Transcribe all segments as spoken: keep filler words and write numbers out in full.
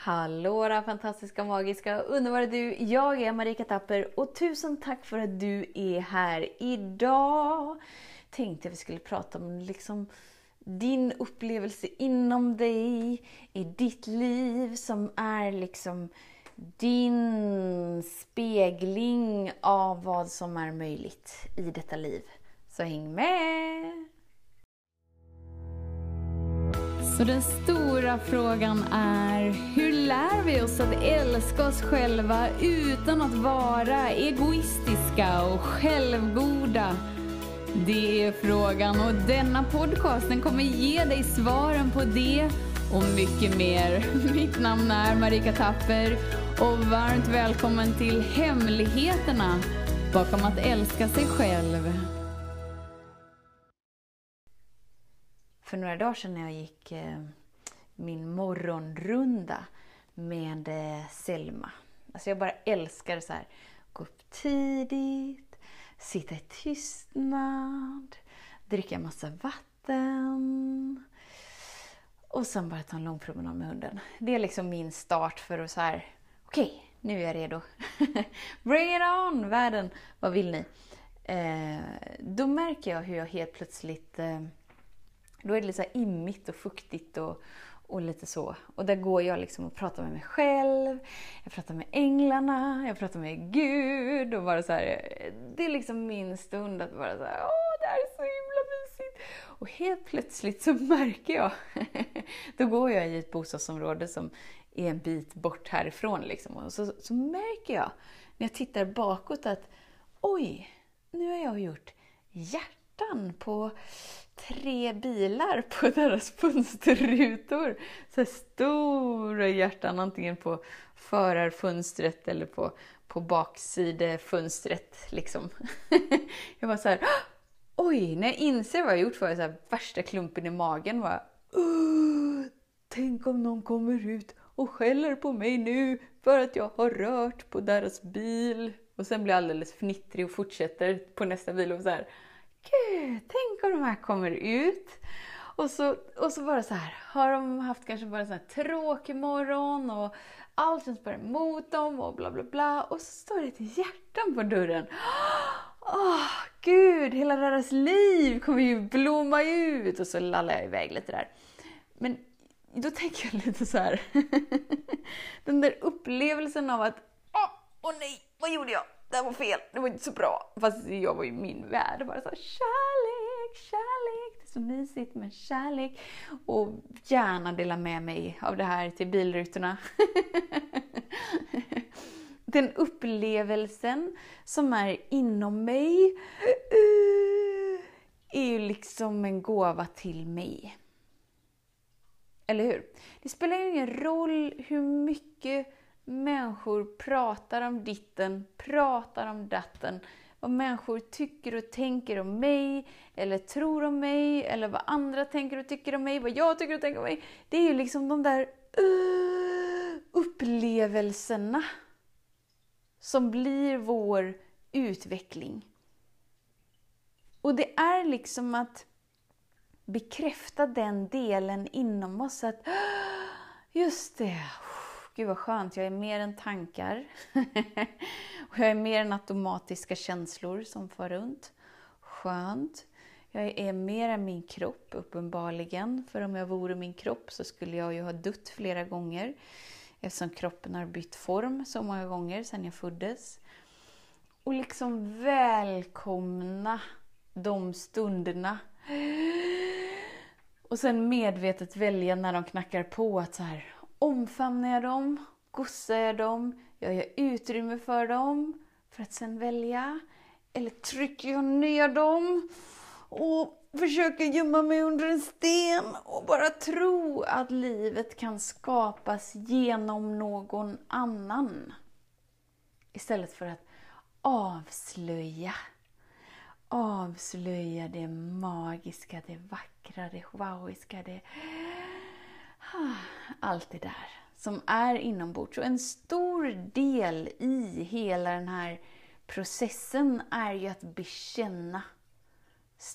Hallå där fantastiska, magiska, underbara du. Jag är Marika Tapper och tusen tack för att du är här idag. Tänkte jag vi skulle prata om liksom din upplevelse inom dig, i ditt liv som är liksom din spegling av vad som är möjligt i detta liv. Så häng med! Så den stora frågan är, hur lär vi oss att älska oss själva utan att vara egoistiska och självgoda? Det är frågan, och denna podcast den kommer ge dig svaren på det och mycket mer. Mitt namn är Marika Tapper och varmt välkommen till hemligheterna bakom att älska sig själv. För några dagar sedan när jag gick eh, min morgonrunda med eh, Selma. Alltså jag bara älskar så här, gå upp tidigt, sitta i tystnad, dricka en massa vatten och sen bara ta en lång promenad med hunden. Det är liksom min start för att så här, okej, okay, nu är jag redo. Bring it on, världen, vad vill ni? Eh, då märker jag hur jag helt plötsligt... Eh, Då är det lite så här immigt och fuktigt och, och lite så. Och där går jag liksom och pratar med mig själv. Jag pratar med änglarna. Jag pratar med Gud. Och bara så här, det är liksom min stund att bara så här, åh, det här är så himla mysigt. Och helt plötsligt så märker jag. Då går jag i ett bostadsområde som är en bit bort härifrån liksom. Och så, så märker jag när jag tittar bakåt att oj, nu har jag gjort hjärtan på tre bilar på deras fönsterrutor. Så här stora hjärtan, antingen på förarfönstret eller på, på baksidefönstret. Liksom. Jag var så här, oj, när jag inser vad jag gjort var jag så här, värsta klumpen i magen. Var, tänk om någon kommer ut och skäller på mig nu för att jag har rört på deras bil. Och sen blir jag alldeles fnittrig och fortsätter på nästa bil och så här, gud, tänk om de här kommer ut. Och så, och så bara så här, har de haft kanske bara så här tråkig morgon och allt känns bara emot dem och bla bla bla. Och så står det ett hjärtan på dörren. Åh, oh, gud, hela deras liv kommer ju blomma ut. Och så lallar jag iväg lite där. Men då tänker jag lite så här. Den där upplevelsen av att, åh oh, oh nej, vad gjorde jag? Det var fel, det var inte så bra. Fast jag var ju min värld. Det var så här, kärlek, kärlek. Det är så mysigt med kärlek. Och gärna dela med mig av det här till bilrutorna. Den upplevelsen som är inom mig är ju liksom en gåva till mig. Eller hur? Det spelar ju ingen roll hur mycket människor pratar om ditten, pratar om datten. Vad människor tycker och tänker om mig, eller tror om mig, eller vad andra tänker och tycker om mig, vad jag tycker och tänker om mig. Det är ju liksom de där uh, upplevelserna som blir vår utveckling. Och det är liksom att bekräfta den delen inom oss att just det, gud vad skönt, jag är mer än tankar. Och jag är mer än automatiska känslor som far runt. Skönt. Jag är mer än min kropp, uppenbarligen. För om jag vore min kropp så skulle jag ju ha dött flera gånger. Eftersom kroppen har bytt form så många gånger sedan jag föddes. Och liksom välkomna de stunderna. Och sen medvetet välja när de knackar på att så här, omfamnar jag dem, gossar jag dem, jag gör utrymme för dem för att sen välja. Eller trycker jag ner dem och försöker gömma mig under en sten och bara tro att livet kan skapas genom någon annan. Istället för att avslöja. Avslöja det magiska, det vackra, det wowiska, det... allt det där som är inombords. Och en stor del i hela den här processen är ju att bekänna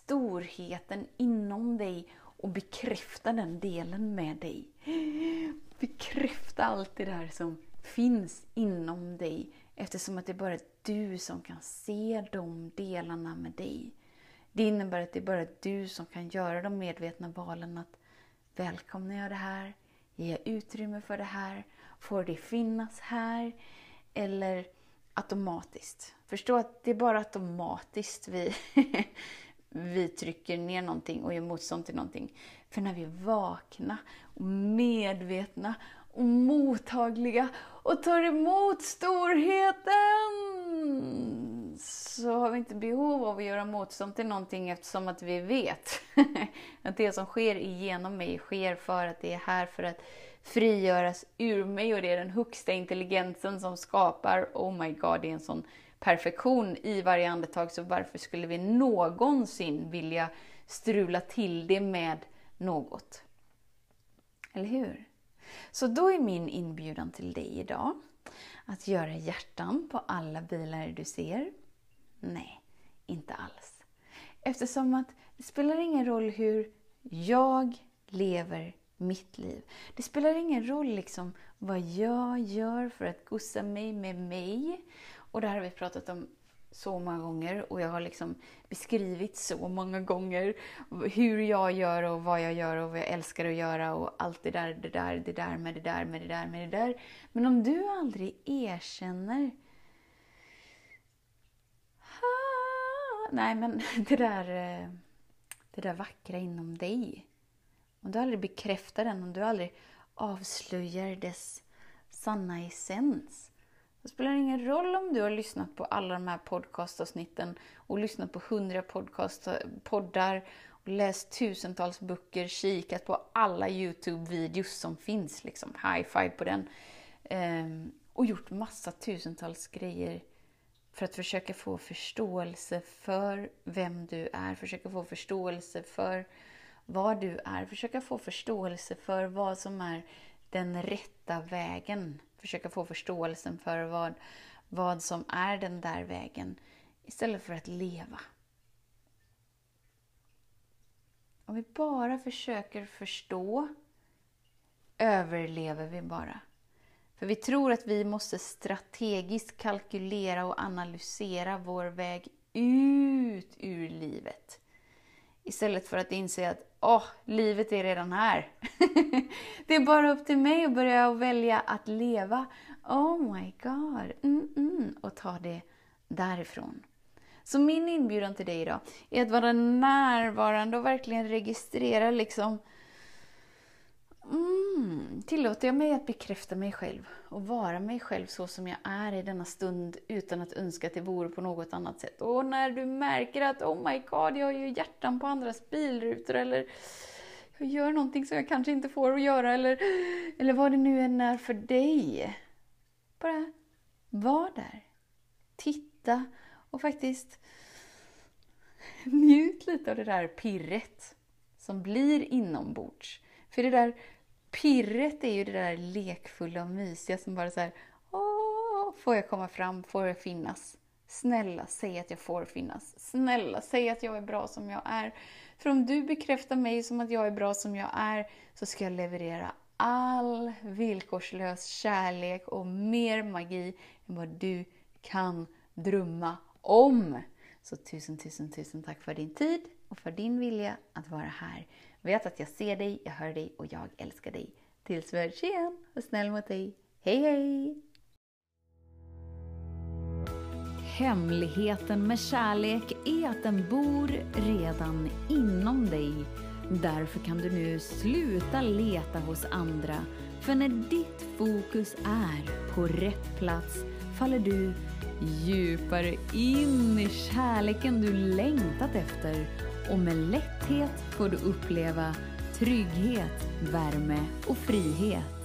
storheten inom dig och bekräfta den delen med dig. bekräfta allt det där som finns inom dig. Eftersom att det är bara du som kan se de delarna med dig. Det innebär att det är bara du som kan göra de medvetna valen att välkomnar jag det här? Ger jag utrymme för det här? Får det finnas här? Eller automatiskt. Förstå att det är bara automatiskt vi, vi trycker ner någonting och gör motstånd till någonting. För när vi är vakna och medvetna och mottagliga och tar emot storheten, så har vi inte behov av att göra motstånd till någonting, eftersom att vi vet att det som sker igenom mig sker för att det är här för att frigöras ur mig, och det är den högsta intelligensen som skapar. Oh my god, det är en sån perfektion i varje andetag, så varför skulle vi någonsin vilja strula till det med något? Eller hur? Så då är min inbjudan till dig idag att göra hjärtan på alla bilar du ser. Nej, inte alls. Eftersom att det spelar ingen roll hur jag lever mitt liv. Det spelar ingen roll liksom vad jag gör för att gussa mig med mig. Och det här har vi pratat om så många gånger, och jag har liksom beskrivit så många gånger hur jag gör och vad jag gör och vad jag älskar att göra och allt det där, det där, det där med det där, med det där, med det där. Men om du aldrig erkänner nej men det där, det där vackra inom dig, om du aldrig bekräftar den, om du aldrig avslöjar dess sanna essens, det spelar ingen roll om du har lyssnat på alla de här podcastavsnitten och lyssnat på hundra podcast, poddar och läst tusentals böcker, kikat på alla YouTube-videos som finns, liksom high five på den, ehm, och gjort massa tusentals grejer för att försöka få förståelse för vem du är, försöka få förståelse för vad du är, försöka få förståelse för vad som är den rätta vägen. Försöka få förståelsen för vad, vad som är den där vägen, istället för att leva. Om vi bara försöker förstå, överlever vi bara. För vi tror att vi måste strategiskt kalkylera och analysera vår väg ut ur livet. Istället för att inse att åh, livet är redan här. Det är bara upp till mig att börja välja att leva. Oh my god. Mm -mm. Och ta det därifrån. Så min inbjudan till dig idag är att vara närvarande och verkligen registrera liksom. Mm, tillåter jag mig att bekräfta mig själv och vara mig själv så som jag är i denna stund, utan att önska att det vore på något annat sätt. Och när du märker att oh my god, jag gör hjärtan på andras bilrutor, eller jag gör någonting som jag kanske inte får att göra, eller, eller vad det nu än är för dig, bara var där, titta och faktiskt njut lite av det där pirret som blir inombords. För det där pirret är ju det där lekfulla och mysiga som bara så här, åh, får jag komma fram, får jag finnas? Snälla, säg att jag får finnas. Snälla, säg att jag är bra som jag är. För om du bekräftar mig som att jag är bra som jag är, så ska jag leverera all villkorslös kärlek och mer magi än vad du kan drömma om. Så tusen, tusen, tusen tack för din tid och för din vilja att vara här. Vet att jag ser dig, jag hör dig och jag älskar dig. Tills vi hörs igen, och snäll mot dig. Hej hej! Hemligheten med kärlek är att den bor redan inom dig. Därför kan du nu sluta leta hos andra. För när ditt fokus är på rätt plats faller du djupare in i kärleken du längtat efter. Och med lätthet får du uppleva trygghet, värme och frihet.